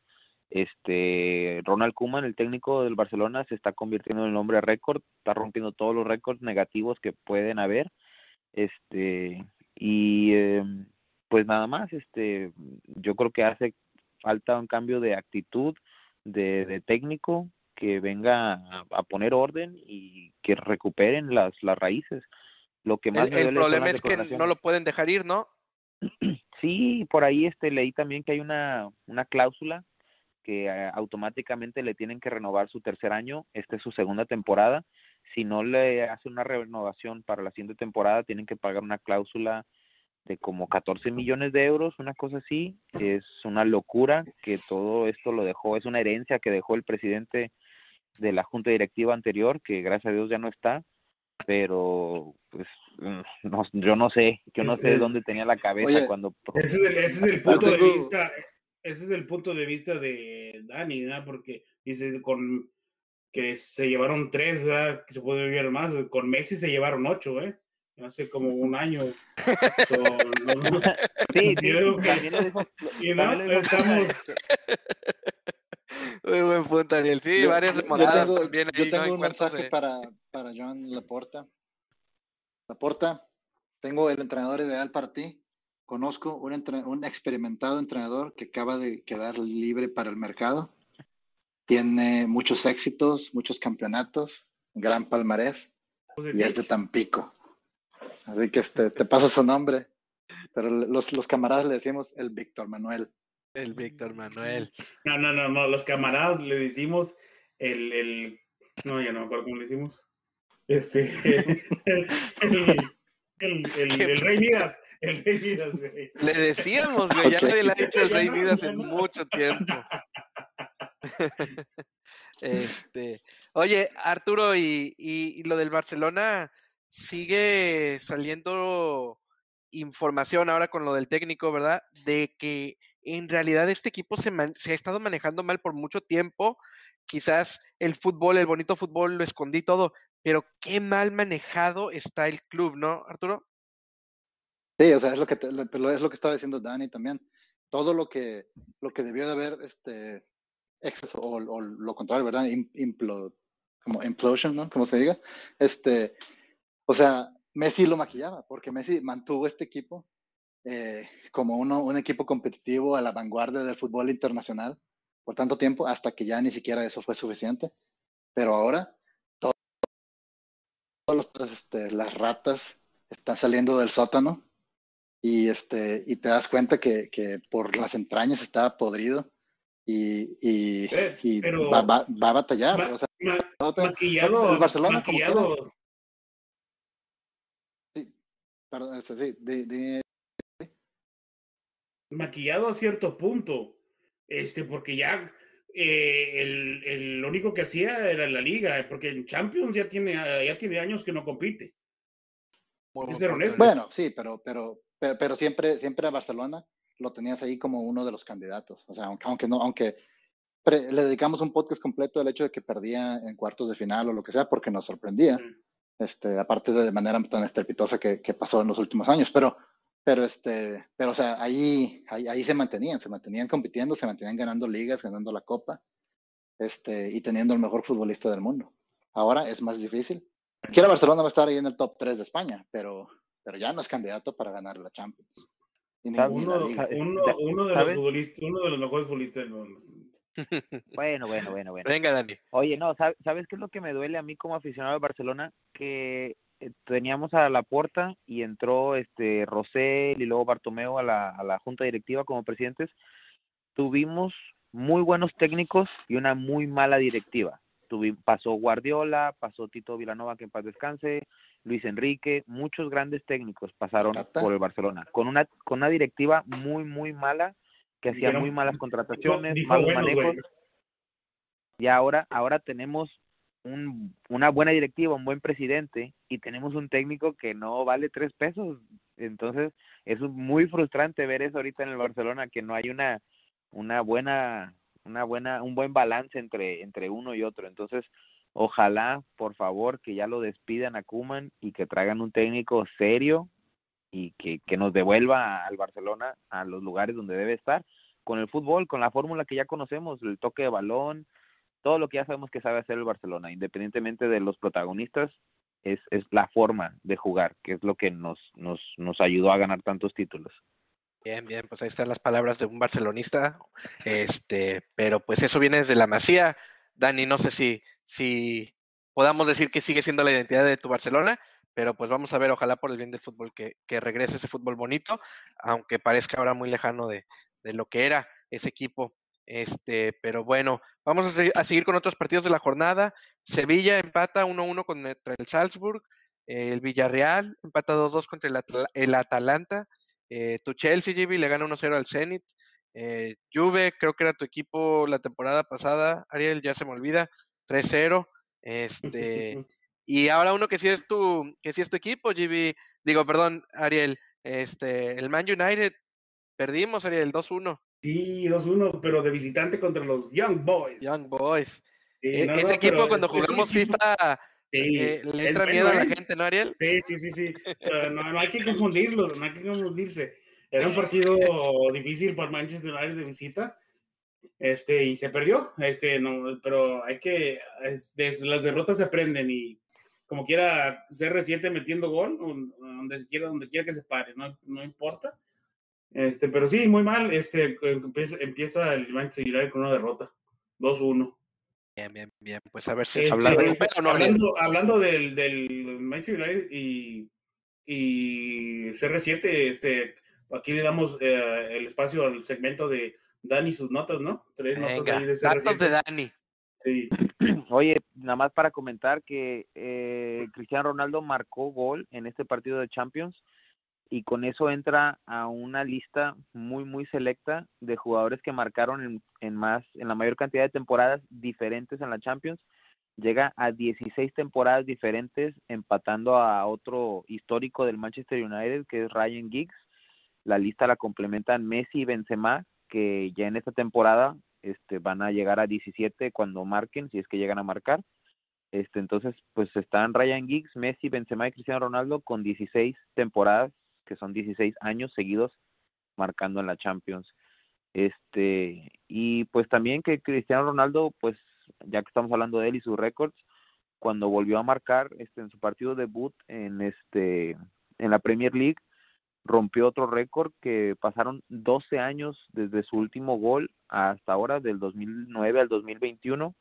[SPEAKER 6] Este Ronald Koeman, el técnico del Barcelona, se está convirtiendo en el hombre récord, está rompiendo todos los récords negativos que pueden haber. Este y eh, pues nada más, este yo creo que hace falta un cambio de actitud de, de técnico que venga a, a poner orden y que recuperen las las raíces. Lo que más
[SPEAKER 3] El,
[SPEAKER 6] me
[SPEAKER 3] el
[SPEAKER 6] duele son
[SPEAKER 3] problema
[SPEAKER 6] las
[SPEAKER 3] es que
[SPEAKER 6] declaraciones.
[SPEAKER 3] no lo pueden dejar ir, ¿no?
[SPEAKER 6] Sí, por ahí este leí también que hay una, una cláusula que eh, automáticamente le tienen que renovar su tercer año, esta es su segunda temporada. Si no le hace una renovación para la siguiente temporada, tienen que pagar una cláusula de como catorce millones de euros, una cosa así. Es una locura que todo esto lo dejó, es una herencia que dejó el presidente de la junta directiva anterior, que gracias a Dios ya no está, pero pues no, yo no sé, yo no sé
[SPEAKER 4] Es-
[SPEAKER 6] dónde tenía la cabeza
[SPEAKER 5] Oye,
[SPEAKER 6] cuando...
[SPEAKER 4] Ese es el, ese es el
[SPEAKER 5] Yo
[SPEAKER 4] punto de
[SPEAKER 5] tengo-
[SPEAKER 4] vista, ese es el punto de vista de Dani, ¿no? Porque dice con que se llevaron tres, ¿verdad? Que se puede vivir más. Con Messi se llevaron ocho, ¿eh? Hace como un año. So, no, no,
[SPEAKER 6] Sí, sí,
[SPEAKER 4] considero que,
[SPEAKER 6] también lo dijo,
[SPEAKER 4] y
[SPEAKER 6] también
[SPEAKER 4] no,
[SPEAKER 6] lo dijo
[SPEAKER 4] estamos,
[SPEAKER 3] Muy buen punto, Daniel. Sí,
[SPEAKER 5] yo,
[SPEAKER 3] varias
[SPEAKER 5] yo
[SPEAKER 3] remontadas
[SPEAKER 5] tengo,
[SPEAKER 3] también
[SPEAKER 5] yo
[SPEAKER 3] ahí, ¿no?
[SPEAKER 5] tengo
[SPEAKER 3] En
[SPEAKER 5] un
[SPEAKER 3] cuartos
[SPEAKER 5] mensaje
[SPEAKER 3] de...
[SPEAKER 5] para, para Joan Laporta. Laporta, tengo el entrenador ideal para ti. Conozco un, entre- un experimentado entrenador que acaba de quedar libre para el mercado. Tiene muchos éxitos, muchos campeonatos, gran palmarés y es de Tampico. Así que este, te paso su nombre. Pero los, los camaradas le decimos el Víctor Manuel.
[SPEAKER 3] El Víctor Manuel.
[SPEAKER 4] no, no, no, no, los camaradas le decimos el, el, no, ya no me acuerdo cómo le decimos, este, el, el, el, el, el Rey Midas, el Rey Midas, güey.
[SPEAKER 3] Le decíamos, güey, ya
[SPEAKER 5] Ok.
[SPEAKER 3] nadie le ha dicho el
[SPEAKER 4] Ya
[SPEAKER 3] Rey
[SPEAKER 4] no,
[SPEAKER 3] Midas
[SPEAKER 4] ya
[SPEAKER 3] en
[SPEAKER 4] no.
[SPEAKER 3] mucho tiempo. Este, oye, Arturo, y, y, y lo del Barcelona, sigue saliendo información ahora con lo del técnico, ¿verdad? De que en realidad este equipo se, man- se ha estado manejando mal por mucho tiempo. Quizás el fútbol, el bonito fútbol lo escondí todo, pero qué mal manejado está el club, ¿no, Arturo?
[SPEAKER 5] Sí, o sea, es lo que te- lo- es lo que estaba diciendo Dani también. Todo lo que lo que debió de haber este exceso o, o lo contrario, ¿verdad? Im- implo- como implosion, ¿no? Como se diga. Este, o sea, Messi lo maquillaba porque Messi mantuvo este equipo eh, como uno, un equipo competitivo a la vanguardia del fútbol internacional por tanto tiempo hasta que ya ni siquiera eso fue suficiente. Pero ahora todos los, este, las ratas están saliendo del sótano y, este, y te das cuenta que, que por las entrañas está podrido y, y,
[SPEAKER 4] Eh,
[SPEAKER 5] y
[SPEAKER 4] pero
[SPEAKER 5] va, va, va a batallar.
[SPEAKER 4] ma,
[SPEAKER 5] O sea,
[SPEAKER 4] ma,
[SPEAKER 5] no te-
[SPEAKER 4] maquillado,
[SPEAKER 5] el Barcelona, como quiera.
[SPEAKER 4] maquillado,
[SPEAKER 5] Sí, perdón, este, sí, di- di-
[SPEAKER 4] maquillado a cierto punto, este, porque ya eh, el, el, lo único que hacía era la liga, porque en Champions ya tiene, ya tiene años que no compite.
[SPEAKER 3] Muy
[SPEAKER 4] Hay que
[SPEAKER 3] buen
[SPEAKER 4] ser
[SPEAKER 3] punto,
[SPEAKER 4] honestos.
[SPEAKER 5] bueno, sí, pero, pero, pero, pero siempre, siempre a Barcelona lo tenías ahí como uno de los candidatos. O sea, aunque, aunque no, aunque pre- le dedicamos un podcast completo al hecho de que perdía en cuartos de final o lo que sea, porque nos sorprendía.
[SPEAKER 4] Mm.
[SPEAKER 5] Este, aparte de, de manera tan estrepitosa que, que pasó en los últimos años, pero, pero, este, pero o sea, ahí, ahí, ahí se mantenían, se mantenían compitiendo, se mantenían ganando ligas, ganando la copa, este, y teniendo el mejor futbolista del mundo. Ahora es más difícil. Quiera Barcelona va a estar ahí en el top tres de España, pero, pero ya no es candidato para ganar la Champions. Ni, ni la
[SPEAKER 4] Uno,
[SPEAKER 5] Liga.
[SPEAKER 4] uno, uno de los
[SPEAKER 6] ¿Sabes?
[SPEAKER 4] futbolistas, uno de los mejores futbolistas del mundo.
[SPEAKER 6] Bueno, bueno, bueno, bueno.
[SPEAKER 3] Venga, Dani.
[SPEAKER 6] Oye, no, ¿sabes, ¿sabes qué es lo que me duele a mí como aficionado de Barcelona? Que eh, teníamos a Laporta y entró este Rosell y luego Bartomeu a la, a la junta directiva como presidentes. Tuvimos muy buenos técnicos y una muy mala directiva. Tuvi, pasó Guardiola, pasó Tito Vilanova, que en paz descanse, Luis Enrique, muchos grandes técnicos pasaron
[SPEAKER 5] Tata.
[SPEAKER 6] por el Barcelona, con una, con una directiva muy, muy mala, que hacía
[SPEAKER 4] Dijeron-
[SPEAKER 6] muy malas contrataciones,
[SPEAKER 4] dijo
[SPEAKER 6] malos
[SPEAKER 4] buenos,
[SPEAKER 6] manejos.
[SPEAKER 4] güey.
[SPEAKER 6] Y ahora, ahora tenemos un, una buena directiva, un buen presidente, y tenemos un técnico que no vale tres pesos. Entonces, es muy frustrante ver eso ahorita en el Barcelona, que no hay una, una buena, una buena, un buen balance entre, entre uno y otro. Entonces, ojalá, por favor, que ya lo despidan a Koeman y que traigan un técnico serio y que, que nos devuelva al Barcelona a los lugares donde debe estar, con el fútbol, con la fórmula que ya conocemos, el toque de balón, todo lo que ya sabemos que sabe hacer el Barcelona, independientemente de los protagonistas, es, es la forma de jugar, que es lo que nos, nos, nos ayudó a ganar tantos títulos.
[SPEAKER 3] Bien, bien, pues ahí están las palabras de un barcelonista, este, pero pues eso viene desde la Masía. Dani, no sé si, si podamos decir que sigue siendo la identidad de tu Barcelona, pero pues vamos a ver, ojalá por el bien del fútbol que, que regrese ese fútbol bonito, aunque parezca ahora muy lejano de, de lo que era ese equipo. Este, pero bueno, vamos a, se- a seguir con otros partidos de la jornada. Sevilla empata uno uno contra el Salzburg, eh, el Villarreal empata dos dos contra el, Atla- el Atalanta, eh, tu Chelsea, G B, le gana uno cero al Zenit, eh, Juve, creo que era tu equipo la temporada pasada, Ariel, ya se me olvida, tres cero, este, y ahora uno que sí es tu, que sí es tu equipo, G B, digo, perdón, Ariel, este, el Man United, perdimos, Ariel, dos uno.
[SPEAKER 4] Sí, dos uno, pero de visitante contra los Young Boys.
[SPEAKER 3] Young Boys.
[SPEAKER 4] Sí,
[SPEAKER 3] E-
[SPEAKER 4] no,
[SPEAKER 3] ese
[SPEAKER 4] no, pero
[SPEAKER 3] equipo cuando
[SPEAKER 4] es, es un
[SPEAKER 3] jugamos
[SPEAKER 4] equipo.
[SPEAKER 3] FIFA
[SPEAKER 4] Sí,
[SPEAKER 3] eh, le
[SPEAKER 4] es
[SPEAKER 3] entra miedo
[SPEAKER 4] bueno,
[SPEAKER 3] a la
[SPEAKER 4] ¿eh?
[SPEAKER 3] gente, ¿no, Ariel?
[SPEAKER 4] Sí, sí, sí, sí. O sea, no, no hay que confundirlo, no hay que confundirse. Era un partido difícil para Manchester United de visita, este, y se perdió, este, no, pero hay que, es, de, las derrotas se aprenden y como quiera C R siete metiendo gol, donde quiera, donde quiera que se pare, no, no importa. Este, pero sí, muy mal, este, empieza, empieza el Manchester United con una derrota, dos uno.
[SPEAKER 3] Bien, bien, bien. Pues a ver si se
[SPEAKER 6] Hablando,
[SPEAKER 4] Este,
[SPEAKER 3] recupera o no, Ariel.
[SPEAKER 4] hablando, hablando del, del Manchester United y, y C R siete, este, aquí le damos eh, el espacio al segmento de Dani y sus notas, ¿no? Tres notas ahí
[SPEAKER 3] Venga,
[SPEAKER 4] de
[SPEAKER 3] datos de
[SPEAKER 4] C R siete.
[SPEAKER 3] Dani.
[SPEAKER 4] Sí.
[SPEAKER 6] oye, nada más para comentar que eh, Cristiano Ronaldo marcó gol en este partido de Champions y con eso entra a una lista muy muy selecta de jugadores que marcaron en, en más en la mayor cantidad de temporadas diferentes en la Champions. Llega a dieciséis temporadas diferentes, empatando a otro histórico del Manchester United, que es Ryan Giggs. La lista la complementan Messi y Benzema, que ya en esta temporada este, van a llegar a diecisiete cuando marquen, si es que llegan a marcar. Este, entonces, pues están Ryan Giggs, Messi, Benzema y Cristiano Ronaldo con dieciséis temporadas, que son dieciséis años seguidos marcando en la Champions. Este, y pues también que Cristiano Ronaldo, pues ya que estamos hablando de él y sus récords, cuando volvió a marcar este en su partido debut en este en la Premier League, rompió otro récord que pasaron doce años desde su último gol hasta ahora, del dos mil nueve al dos mil veintiuno.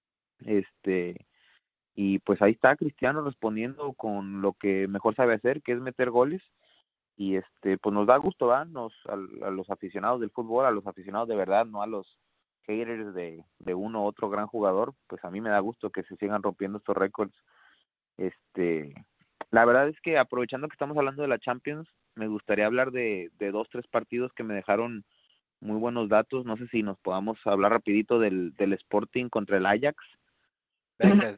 [SPEAKER 6] Este, y pues ahí está Cristiano respondiendo con lo que mejor sabe hacer, que es meter goles. Y este pues nos da gusto, ¿verdad? Nos, a, a los aficionados del fútbol, a los aficionados de verdad, no a los haters de, de uno u otro gran jugador, pues a mí me da gusto que se sigan rompiendo estos récords. Este, la verdad es que aprovechando que estamos hablando de la Champions, me gustaría hablar de, de dos, tres partidos que me dejaron muy buenos datos. No sé si nos podamos hablar rapidito del, del Sporting contra el Ajax.
[SPEAKER 3] Venga.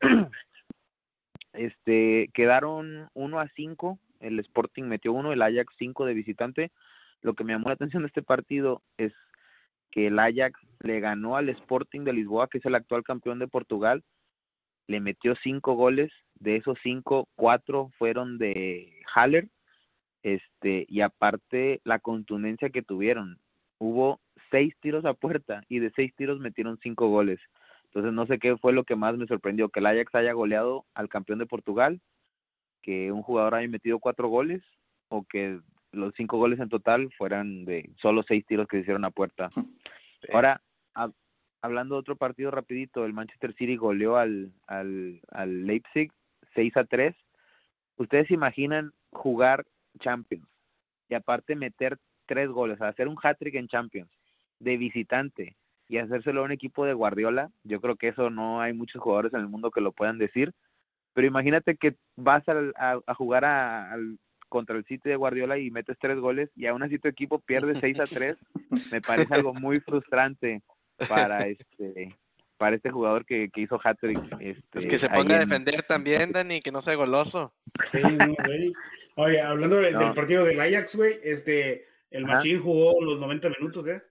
[SPEAKER 6] Este, quedaron uno a cinco, el Sporting metió uno, el Ajax cinco de visitante. Lo que me llamó la atención de este partido es que el Ajax le ganó al Sporting de Lisboa, que es el actual campeón de Portugal, le metió cinco goles, de esos cinco, cuatro fueron de Haller, este, y aparte la contundencia que tuvieron, hubo seis tiros a puerta y de seis tiros metieron cinco goles. Entonces no sé qué fue lo que más me sorprendió, que el Ajax haya goleado al campeón de Portugal, que un jugador haya metido cuatro goles, o que los cinco goles en total fueran de solo seis tiros que se hicieron a puerta. Sí. Ahora, a, hablando de otro partido rapidito, el Manchester City goleó al, al, al Leipzig seis a tres. ¿Ustedes se imaginan jugar Champions y aparte meter tres goles, hacer un hat-trick en Champions de visitante y hacérselo a un equipo de Guardiola? Yo creo que eso no hay muchos jugadores en el mundo que lo puedan decir, pero imagínate que vas a, a, a jugar a, a, contra el City de Guardiola y metes tres goles y aún así tu equipo pierde seis a tres. Me parece algo muy frustrante para este para este jugador que, que hizo hat-trick. Este,
[SPEAKER 3] es que se ponga
[SPEAKER 6] en...
[SPEAKER 3] a defender también, Dani, que no sea goloso.
[SPEAKER 4] Sí, no, sí. Oye, hablando de,
[SPEAKER 6] no.
[SPEAKER 4] del partido del Ajax, güey, este, el
[SPEAKER 6] Ajá.
[SPEAKER 4] Machín jugó los noventa minutos, ¿eh?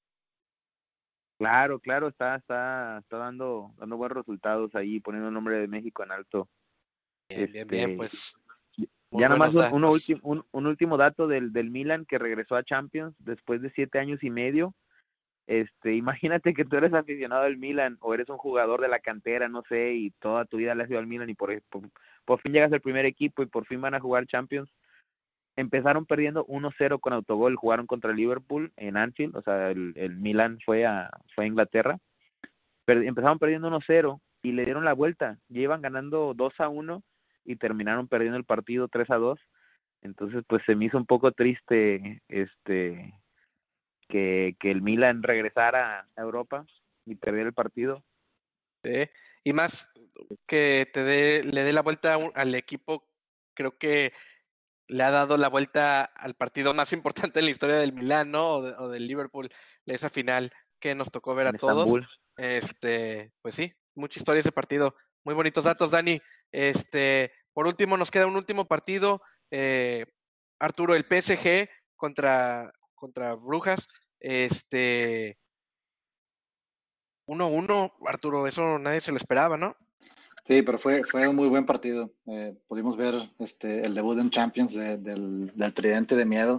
[SPEAKER 6] Claro, claro, está, está, está dando, dando buenos resultados ahí, poniendo el nombre de México en alto.
[SPEAKER 3] Bien,
[SPEAKER 6] este,
[SPEAKER 3] bien, bien, pues.
[SPEAKER 6] Ya nomás un, uno ulti, un, un último dato del, del Milan, que regresó a Champions después de siete años y medio. Este, imagínate que tú eres aficionado del Milan o eres un jugador de la cantera, no sé, y toda tu vida le has ido al Milan y por, por, por fin llegas al primer equipo y por fin van a jugar Champions. Empezaron perdiendo uno cero con autogol, jugaron contra el Liverpool en Anfield, o sea, el, el Milan fue a, fue a Inglaterra, pero empezaron perdiendo uno cero y le dieron la vuelta, ya iban ganando dos a uno y terminaron perdiendo el partido tres a dos. Entonces, pues se me hizo un poco triste este que, que el Milan regresara a Europa y perdiera el partido.
[SPEAKER 3] Sí. Y más que te dé, le dé la vuelta un, al equipo, creo que le ha dado la vuelta al partido más importante en la historia del Milan, ¿no? O, de, o del Liverpool, de esa final que nos tocó ver
[SPEAKER 6] en
[SPEAKER 3] a todos.
[SPEAKER 6] Estambul.
[SPEAKER 3] Este, pues sí, mucha historia ese partido. Muy bonitos datos, Dani. Este, por último, nos queda un último partido. Eh, Arturo, el P S G contra, contra Brujas. Este, uno uno, Arturo, eso nadie se lo esperaba, ¿no?
[SPEAKER 5] Sí, pero fue, fue un muy buen partido. Eh, pudimos ver este, el debut en Champions de, del, del tridente de miedo.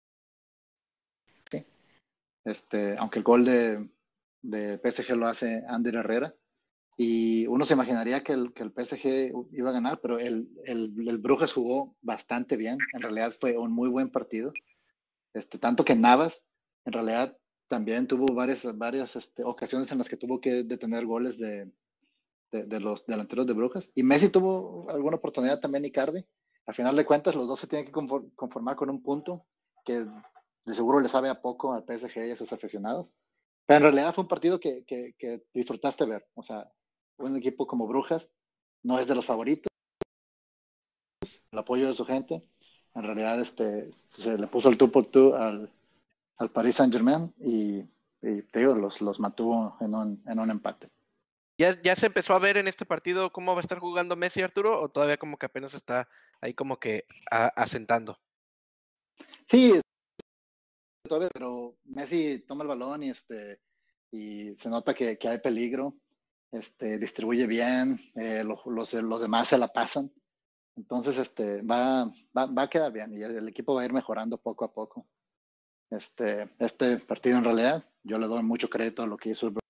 [SPEAKER 5] Sí. Este, aunque el gol de, de P S G lo hace Ander Herrera. Y uno se imaginaría que el, que el P S G iba a ganar, pero el, el, el Brujas jugó bastante bien. En realidad fue un muy buen partido. Este, tanto que Navas, en realidad, también tuvo varias, varias este, ocasiones en las que tuvo que detener goles de, de, de los delanteros de Brujas. Y Messi tuvo alguna oportunidad también, Icardi. A final de cuentas, los dos se tienen que conformar con un punto que de seguro le sabe a poco al P S G y a sus aficionados. Pero en realidad fue un partido que, que, que disfrutaste ver. O sea, un equipo como Brujas no es de los favoritos. El apoyo de su gente. En realidad este, se le puso el tú por tú al, al Paris Saint-Germain y, y te digo, los, los mantuvo en un, en un empate.
[SPEAKER 3] ¿Ya, ¿Ya se empezó a ver en este partido cómo va a estar jugando Messi, Arturo? ¿O todavía como que apenas está ahí como que a, asentando?
[SPEAKER 5] Sí, todavía, pero Messi toma el balón y, este, y se nota que, que hay peligro. Este, distribuye bien, eh, los, los, los demás se la pasan. Entonces este, va, va, va a quedar bien y el, el equipo va a ir mejorando poco a poco. Este, este partido en realidad yo le doy mucho crédito a lo que hizo el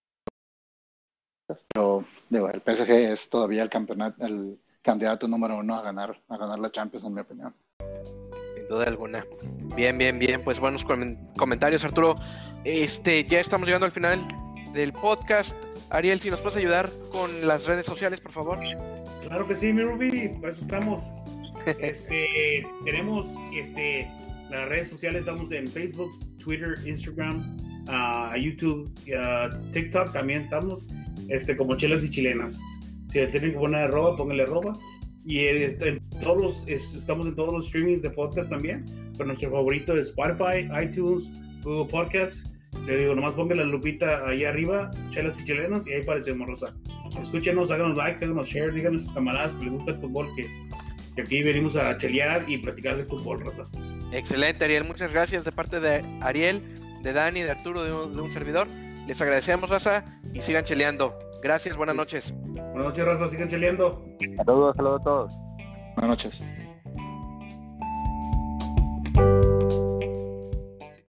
[SPEAKER 5] pero digo, el P S G es todavía el campeonato, el candidato número uno a ganar, a ganar la Champions, en mi opinión.
[SPEAKER 3] Sin duda alguna. Bien, bien, bien, pues buenos comentarios, Arturo. Este, ya estamos llegando al final del podcast. Ariel, si nos puedes ayudar con las redes sociales, por favor.
[SPEAKER 4] Claro que sí, mi Ruby, por eso estamos. Este, tenemos este, las redes sociales, estamos en Facebook, Twitter, Instagram, uh, YouTube, uh, TikTok, también estamos este, como Chelas y Chilenas. Si le tienen que poner arroba, pónganle arroba. Y este, en todos los, es, estamos en todos los streamings de podcast también, pero nuestro favorito es Spotify, iTunes, Google Podcasts. Te digo, nomás pongan la lupita ahí arriba, Chelas y Chilenas, y ahí aparecemos, Rosa. Escúchenos, háganos like, háganos share, díganos a sus camaradas que les gusta el fútbol, que, que aquí venimos a chelear y platicar de fútbol, Rosa.
[SPEAKER 3] Excelente, Ariel, muchas gracias de parte de Ariel, de Dani, de Arturo, de un, de un servidor. Les agradecemos, Raza, y sigan cheleando. Gracias, buenas noches.
[SPEAKER 4] Buenas noches, Rosa, sigan cheleando.
[SPEAKER 6] Saludos, saludos a todos.
[SPEAKER 5] Buenas noches.